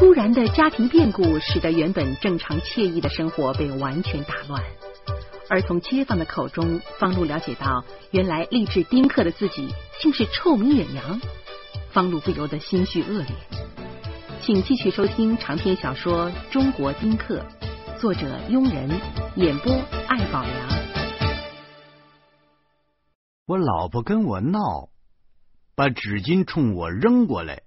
突然的家庭变故使得原本正常惬意的生活被完全打乱。而从街坊的口中，方露了解到，原来立志丁克的自己竟是臭名远扬。方露不由得心绪恶劣。请继续收听长篇小说《中国丁克》，作者庸人，演播艾宝良。 我老婆跟我闹，把纸巾冲我扔过来，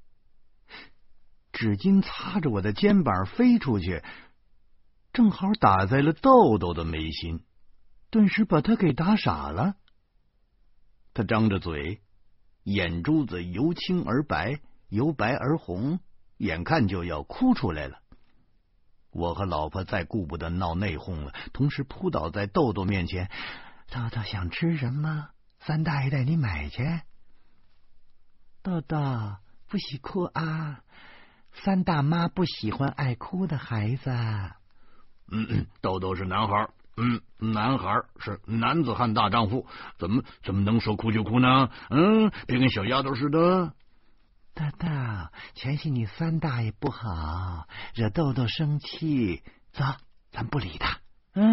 纸巾擦着我的肩膀飞出去，正好打在了豆豆的眉心，顿时把他给打傻了。他张着嘴，眼珠子由青而白，由白而红，眼看就要哭出来了。我和老婆再顾不得闹内讧了，同时扑倒在豆豆面前。豆豆想吃什么？三大爷带你买去。豆豆不许哭啊，三大妈不喜欢爱哭的孩子。豆豆是男孩，男孩是男子汉大丈夫，怎么能说哭就哭呢？别跟小丫头似的。豆豆，全是你三大爷不好，惹豆豆生气。走，咱不理他。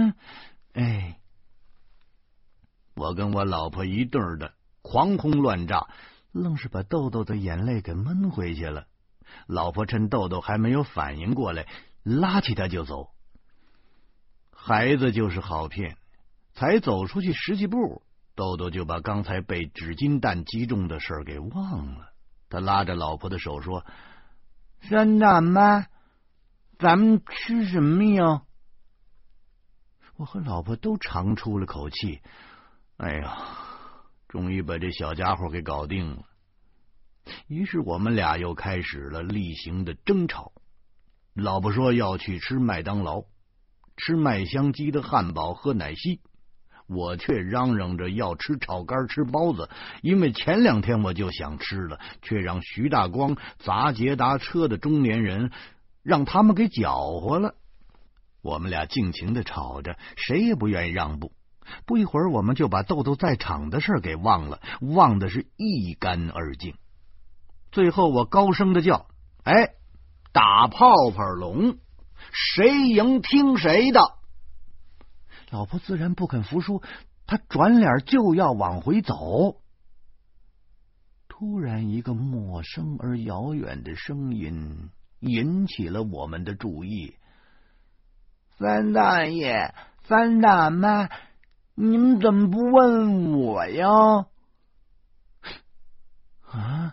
我跟我老婆一对儿的狂轰乱炸，愣是把豆豆的眼泪给闷回去了。老婆趁豆豆还没有反应过来，拉起他就走。孩子就是好骗，才走出去10几步，豆豆就把刚才被纸巾弹击中的事给忘了。他拉着老婆的手说：“三大妈，咱们吃什么呀？”我和老婆都长出了口气。哎呀，终于把这小家伙给搞定了。于是我们俩又开始了例行的争吵。老婆说要去吃麦当劳，吃麦香鸡的汉堡，喝奶昔。我却嚷嚷着要吃炒肝，吃包子，因为前2天我就想吃了，却让徐大光砸捷达车的中年人让他们给搅和了。我们俩尽情的吵着，谁也不愿意让步。不一会儿，我们就把豆豆在场的事给忘了，忘的是一干二净。最后我高声的叫：“打泡泡龙，谁赢听谁的。”老婆自然不肯服输，她转脸就要往回走。突然，一个陌生而遥远的声音引起了我们的注意：“三大爷，三大妈，你们怎么不问我呀？”啊！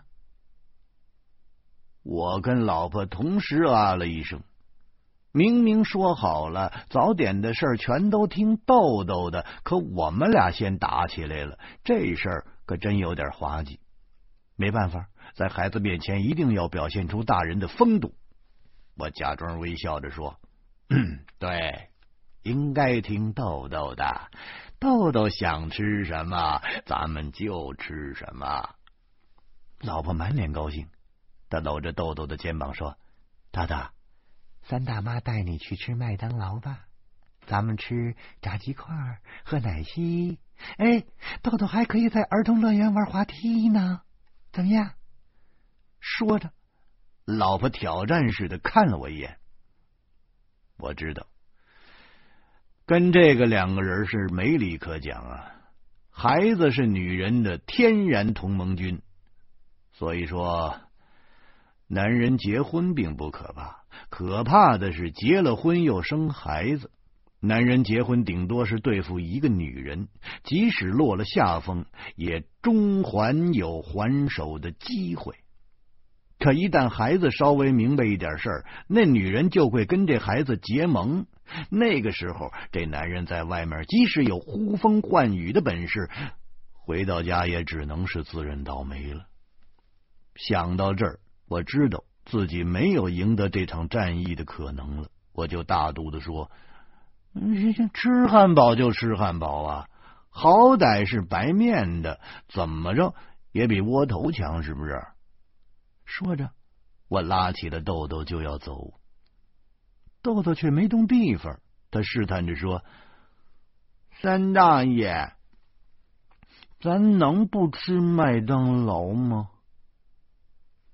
我跟老婆同时啊了一声。明明说好了早点的事全都听豆豆的，可我们俩先打起来了，这事儿可真有点滑稽。没办法，在孩子面前一定要表现出大人的风度。我假装微笑着说：“对，应该听豆豆的，豆豆想吃什么咱们就吃什么。”老婆满脸高兴，她搂着豆豆的肩膀说：“大大，三大妈带你去吃麦当劳吧，咱们吃炸鸡块，喝奶昔。豆豆还可以在儿童乐园玩滑梯呢，怎么样？”说着，老婆挑战似的看了我一眼。我知道跟这个2个人是没理可讲啊，孩子是女人的天然同盟军。所以说，男人结婚并不可怕，可怕的是结了婚又生孩子。男人结婚顶多是对付一个女人，即使落了下风，也终还有还手的机会。可一旦孩子稍微明白一点事儿，那女人就会跟这孩子结盟。那个时候，这男人在外面即使有呼风唤雨的本事，回到家也只能是自认倒霉了。想到这儿，我知道自己没有赢得这场战役的可能了，我就大度的说：“吃汉堡就吃汉堡啊，好歹是白面的，怎么着也比窝头强，是不是？”说着，我拉起了豆豆就要走，豆豆却没动地方，他试探着说：“三大爷，咱能不吃麦当劳吗？”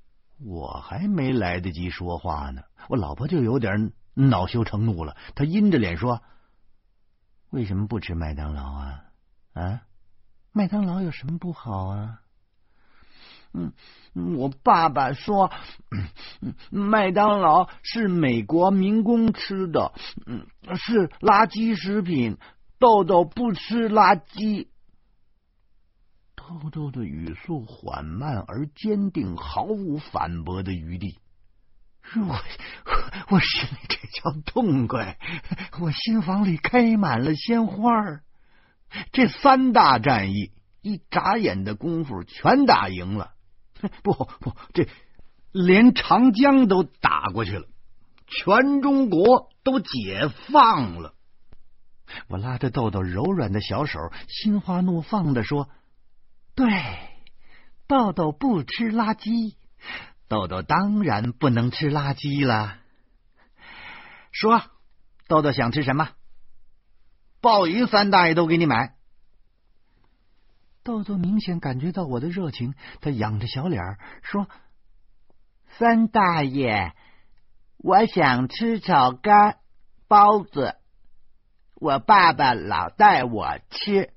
我还没来得及说话呢，我老婆就有点恼羞成怒了。她阴着脸说：“为什么不吃麦当劳啊？啊，麦当劳有什么不好啊？”我爸爸说，麦当劳是美国民工吃的，是垃圾食品。豆豆不吃垃圾。豆豆的语速缓慢而坚定，毫无反驳的余地。我心里这叫痛快，我心房里开满了鲜花。这3大战役一眨眼的功夫全打赢了。不，这连长江都打过去了，全中国都解放了。我拉着豆豆柔软的小手，心花怒放地说：“对，豆豆不吃垃圾，豆豆当然不能吃垃圾了。说，豆豆想吃什么？鲍鱼3大爷都给你买。”豆豆明显感觉到我的热情，他仰着小脸说：“3大爷，我想吃炒肝、包子。我爸爸老带我吃。”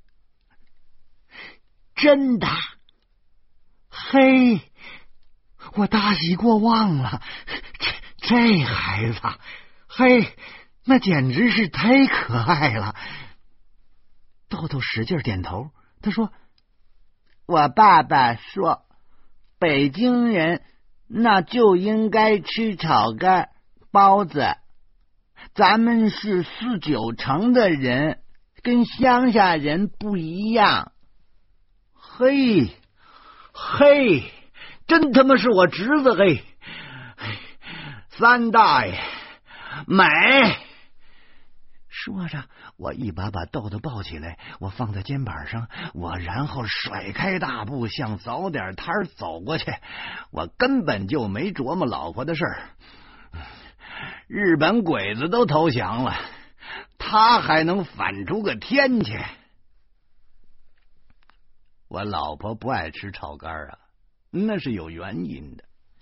真的？嘿，我大喜过望了。这孩子，嘿，那简直是太可爱了。豆豆使劲点头，他说：“我爸爸说，北京人那就应该吃炒肝、包子。咱们是4、9成的人，跟乡下人不一样。”嘿，真他妈是我侄子！嘿，3大爷，买！说着，我一把把豆豆抱起来，我放在肩膀上，然后甩开大步向早点摊走过去。我根本就没琢磨老婆的事儿。日本鬼子都投降了，他还能反出个天去？我老婆不爱吃炒肝啊，那是有原因的。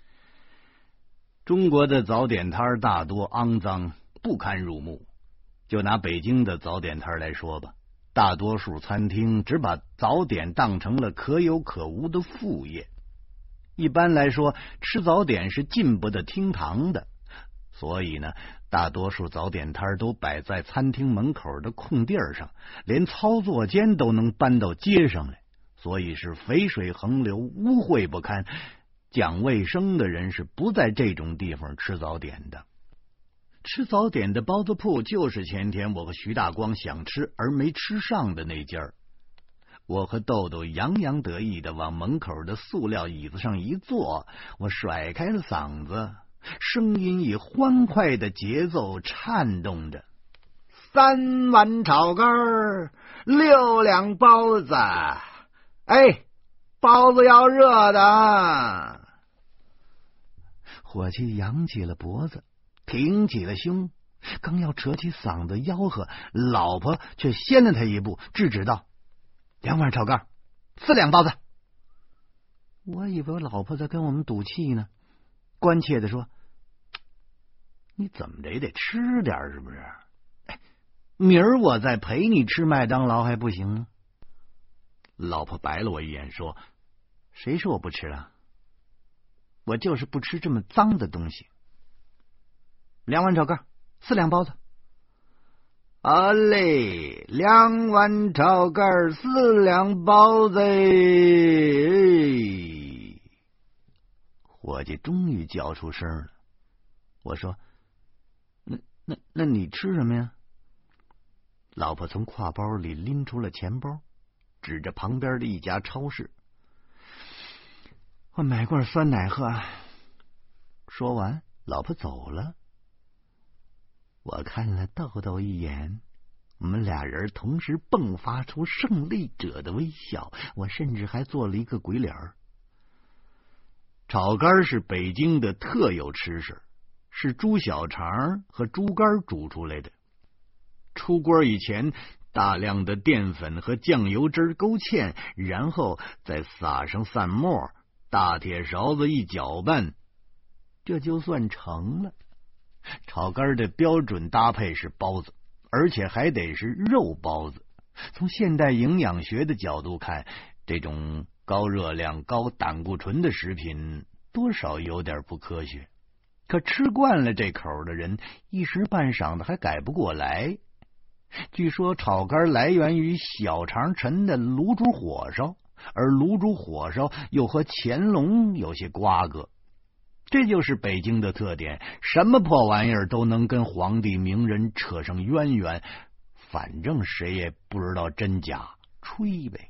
中国的早点摊大多肮脏不堪入目，就拿北京的早点摊来说吧，大多数餐厅只把早点当成了可有可无的副业。一般来说，吃早点是进不得厅堂的，所以呢，大多数早点摊都摆在餐厅门口的空地上，连操作间都能搬到街上来，所以是肥水横流，污秽不堪。讲卫生的人是不在这种地方吃早点的。吃早点的包子铺就是前天我和徐大光想吃而没吃上的那家。我和豆豆洋洋得意的往门口的塑料椅子上一坐，我甩开了嗓子，声音以欢快的节奏颤动着：“3碗炒肝，6两包子，哎，包子要热的。”伙计扬起了脖子，挺起了胸，刚要扯起嗓子吆喝，老婆却先了他一步，制止道：“2碗炒肝，4两包子。”我以为我老婆在跟我们赌气呢，关切的说：“你怎么着也得吃点是不是？明儿我再陪你吃麦当劳还不行吗？”老婆白了我一眼说：“谁说我不吃了？我就是不吃这么脏的东西。2碗炒肝，4两包子。”好嘞，2碗炒肝，4两包子。伙计终于叫出声了。我说：“那你吃什么呀？”老婆从挎包里拎出了钱包，指着旁边的一家超市：“我买罐酸奶喝。”说完，老婆走了。我看了豆豆一眼，我们俩人同时迸发出胜利者的微笑，我甚至还做了一个鬼脸。炒肝是北京的特有吃食，是猪小肠和猪肝煮出来的。出锅以前，大量的淀粉和酱油汁勾芡，然后再撒上蒜末，大铁勺子一搅拌， 这就算成了。炒肝的标准搭配是包子，而且还得是肉包子。从现代营养学的角度看，这种高热量、高胆固醇的食品多少有点不科学。可吃惯了这口的人，一时半晌的还改不过来。据说炒肝来源于小肠陈的卤煮火烧，而卤煮火烧又和乾隆有些瓜葛。这就是北京的特点，什么破玩意儿都能跟皇帝名人扯上渊源，反正谁也不知道真假，吹呗。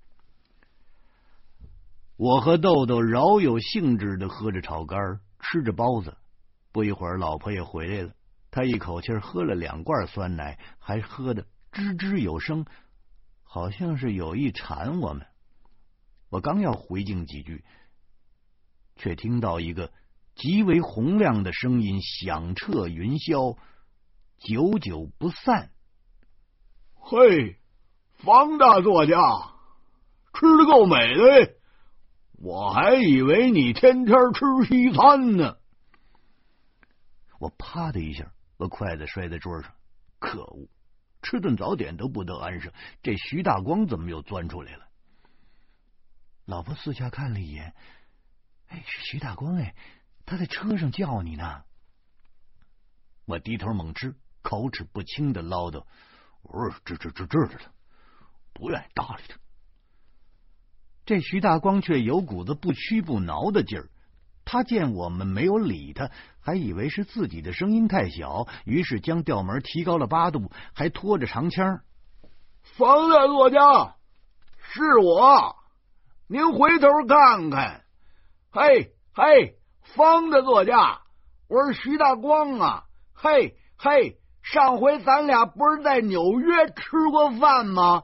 我和豆豆饶有兴致的喝着炒肝，吃着包子。不一会儿，老婆也回来了，她一口气喝了2罐酸奶，还喝得吱吱有声，好像是有意馋我们。我刚要回敬几句，却听到一个极为洪亮的声音响彻云霄，久久不散。 嘿，方大作家，吃得够美的，我还以为你天天吃西餐呢。 我啪的一下把筷子摔在桌上，可恶，吃顿早点都不得安生，这徐大光怎么又钻出来了？老婆四下看了一眼，哎，是徐大光，哎，他在车上叫你呢。我低头猛吃，口齿不清的唠叨：“我说知道了，不愿意搭理他。”这徐大光却有股子不屈不挠的劲儿。他见我们没有理他，还以为是自己的声音太小，于是将调门提高了8度，还拖着长腔：“ 方大作家，是我，您回头看看。嘿，方大作家，我是徐大光啊。嘿，上回咱俩不是在纽约吃过饭吗？”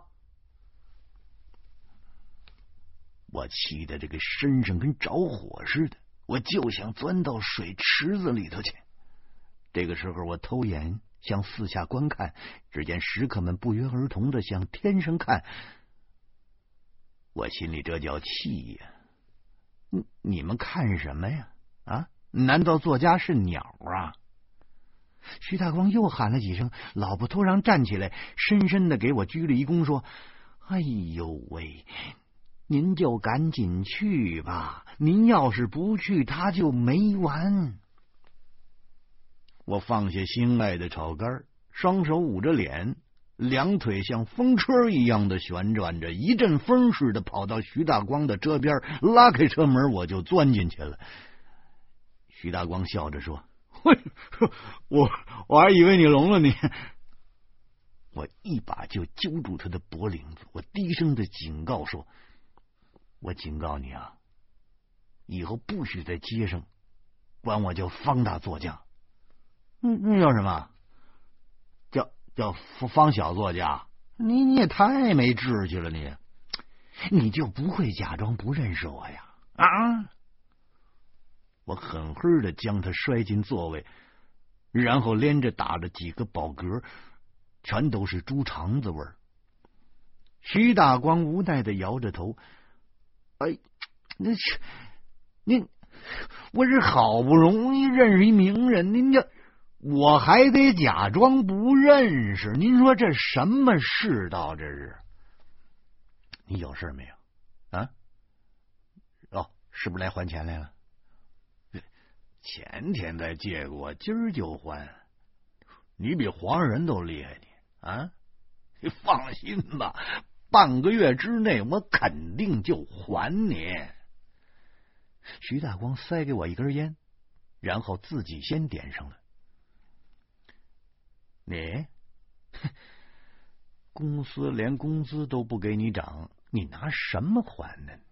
我气得这个身上跟着火似的，我就想钻到水池子里头去。这个时候我偷眼向四下观看，只见食客们不约而同的向天上看。我心里这叫气呀！你们看什么呀？啊？难道作家是鸟啊？徐大光又喊了几声，老婆突然站起来，深深的给我鞠了一躬，说：“哎呦喂，您就赶紧去吧，您要是不去，他就没完。”我放下心爱的炒肝，双手捂着脸，两腿像风车一样的旋转着，一阵风似的跑到徐大光的车边，拉开车门，我就钻进去了。徐大光笑着说：“ 我还以为你聋了呢。” 我一把就揪住他的脖领子，我低声的警告说：“我警告你啊，以后不许在街上管我叫方大作家。”“那叫什么？叫方小作家？你也太没志气了，你就不会假装不认识我呀？”啊！我狠狠的将他摔进座位，然后连着打了几个饱嗝，全都是猪肠子味儿。徐大光无奈的摇着头：“哎，您，我是好不容易认识一名人，您这我还得假装不认识，您说这什么世道？这是？你有事没有？啊？哦，是不是来还钱来了？前天才借过，今儿就还。你比黄上人都厉害，你啊！你放心吧，半个月之内我肯定就还你。”徐大光塞给我一根烟，然后自己先点上了。“你公司连工资都不给你涨，你拿什么还呢？”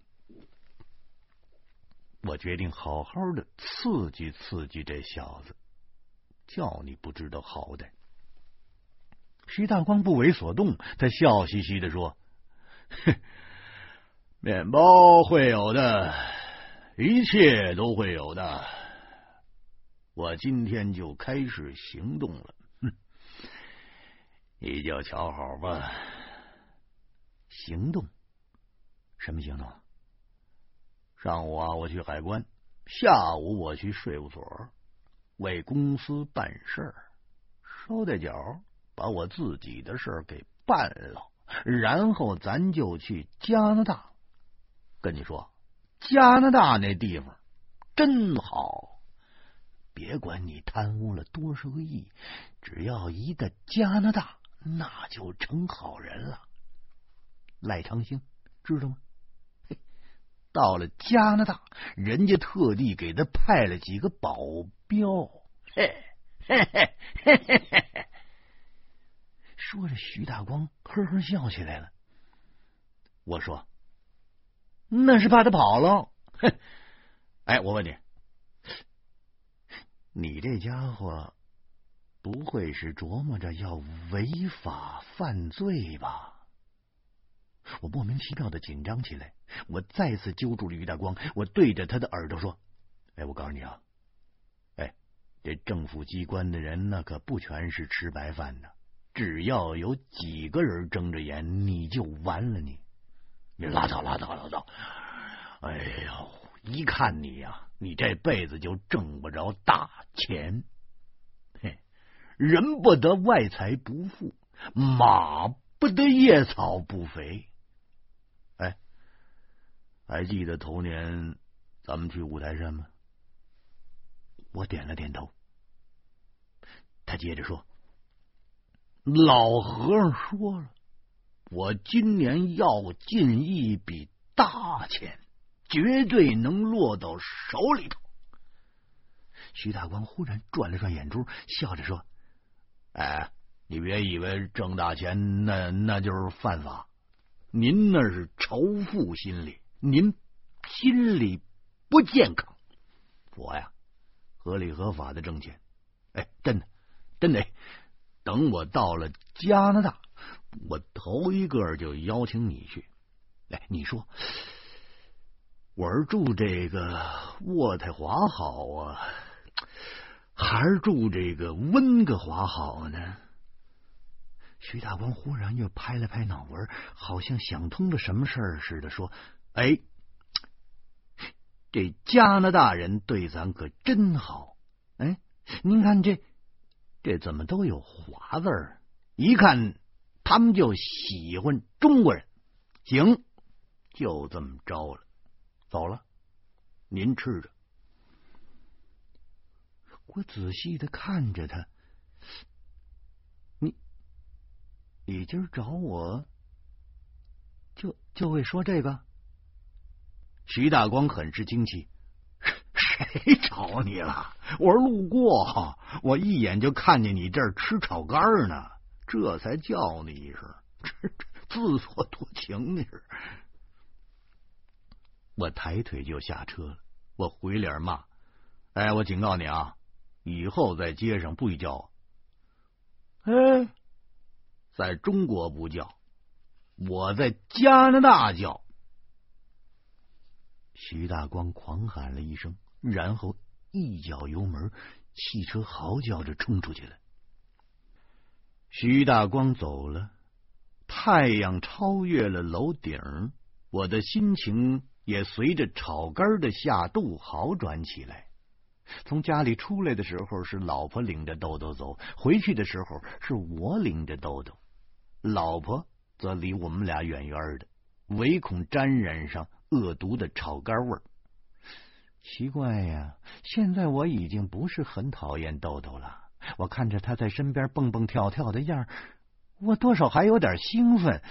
我决定好好的刺激刺激这小子，叫你不知道好歹。徐大光不为所动，他笑嘻嘻的说：“面包会有的，一切都会有的。我今天就开始行动了，你就瞧好吧。”“行动？什么行动？”“上午啊，我去海关， 下午我去税务所为公司办事儿，捎带脚把我自己的事儿给办了，然后咱就去加拿大。跟你说，加拿大那地方真好，别管你贪污了多少个亿，只要一个加拿大，那就成好人了。赖长兴知道吗？到了加拿大，人家特地给他派了几个保镖。说着，徐大光呵呵笑起来了。我说：“那是怕他跑了。”哎，我问你，你这家伙不会是琢磨着要违法犯罪吧？我莫名其妙的紧张起来，我再次揪住了于大光，我对着他的耳朵说：“哎，我告诉你啊，哎，这政府机关的人那可不全是吃白饭的，只要有几个人睁着眼，你就完了你。你拉倒！哎呦，一看你呀，你这辈子就挣不着大钱。嘿，人不得外财不富，马不得夜草不肥。哎，还记得头年咱们去五台山吗？”我点了点头。他接着说：“老和尚说了，我今年要进一笔大钱，绝对能落到手里头。”徐大光忽然转了转眼珠，笑着说：“哎，你别以为挣大钱那就是犯法，您那是仇富心理，您心理不健康。我呀，合理合法的挣钱。哎，真的，等我到了加拿大，我头一个就邀请你去。哎，你说我是住这个渥太华好啊，还是住这个温哥华好呢？”徐大光忽然又拍了拍脑门，好像想通了什么事儿似的，说：“哎，这加拿大人对咱可真好。哎，您看这怎么都有华字儿？一看他们就喜欢中国人。行，就这么着了，走了，您吃着。”我仔细的看着他，你今儿找我就会说这个？徐大光很是惊奇：“谁找你了？我是路过，我一眼就看见你这儿吃炒肝呢，这才叫你一声，自作多情你是。”我抬腿就下车了，我回脸骂：“哎，我警告你啊，以后在街上不许叫我。哎，在中国不叫，我在加拿大叫。”徐大光狂喊了一声，然后一脚油门，汽车嚎叫着冲出去了。徐大光走了，太阳超越了楼顶，我的心情也随着炒肝的下肚好转起来。从家里出来的时候是老婆领着豆豆走，回去的时候是我领着豆豆，老婆则离我们俩远远的，唯恐沾染上恶毒的炒肝味儿。奇怪呀，现在我已经不是很讨厌豆豆了，我看着他在身边蹦蹦跳跳的样，我多少还有点兴奋。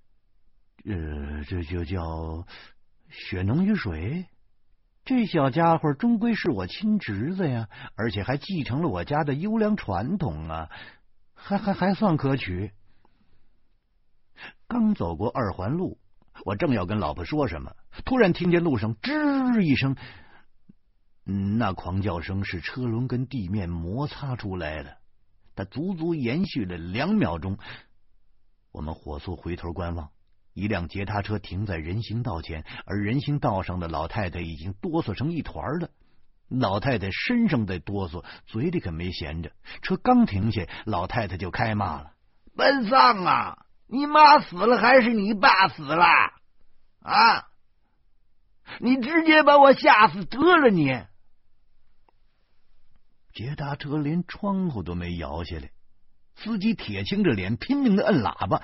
这就叫血浓于水。这小家伙终归是我亲侄子呀，而且还继承了我家的优良传统啊，还算可取。刚走过2环路，我正要跟老婆说什么，突然听见路上吱一声，那狂叫声是车轮跟地面摩擦出来的，它足足延续了2秒钟。我们火速回头观望，一辆捷达车停在人行道前，而人行道上的老太太已经哆嗦成一团了。老太太身上在哆嗦，嘴里可没闲着。车刚停下，老太太就开骂了：“ 奔丧啊！你妈死了还是你爸死了？啊！” 你直接把我吓死得了你！ 捷达车连窗户都没摇下来，司机铁青着脸拼命的摁喇叭，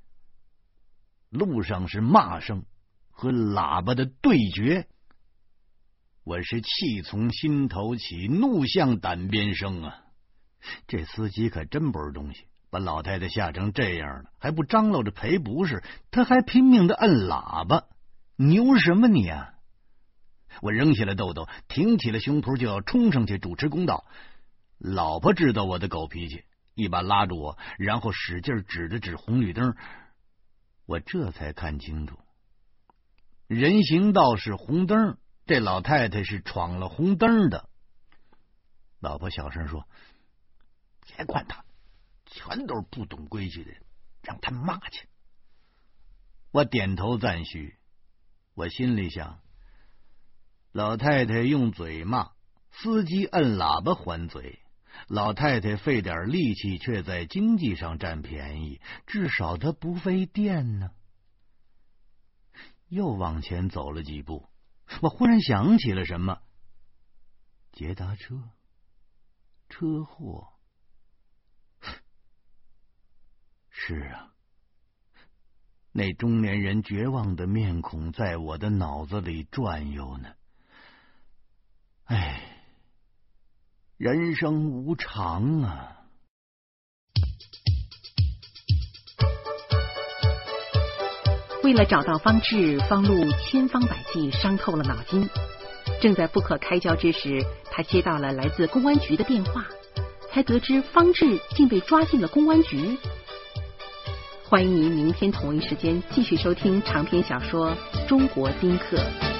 路上是骂声和喇叭的对决。我是气从心头起，怒向胆边生啊！这司机可真不是东西，把老太太吓成这样了，还不张罗着赔不是，他还拼命的摁喇叭，牛什么你啊！我扔下了豆豆，挺起了胸脯就要冲上去主持公道。老婆知道我的狗脾气，一把拉住我，然后使劲指了指红绿灯。我这才看清楚，人行道是红灯，这老太太是闯了红灯的。老婆小声说：“别管他，全都是不懂规矩的人，让他骂去。”我点头赞许，我心里想，老太太用嘴骂，司机摁喇叭还嘴，老太太费点力气却在经济上占便宜，至少她不费电呢。又往前走了几步，我忽然想起了什么，捷达车，车祸。是啊，那中年人绝望的面孔在我的脑子里转悠呢。唉，人生无常啊！ 为了找到方志，方路千方百计，伤透了脑筋。正在不可开交之时，他接到了来自公安局的电话，才得知方志竟被抓进了公安局。欢迎您明天同一时间继续收听长篇小说《中国丁克》。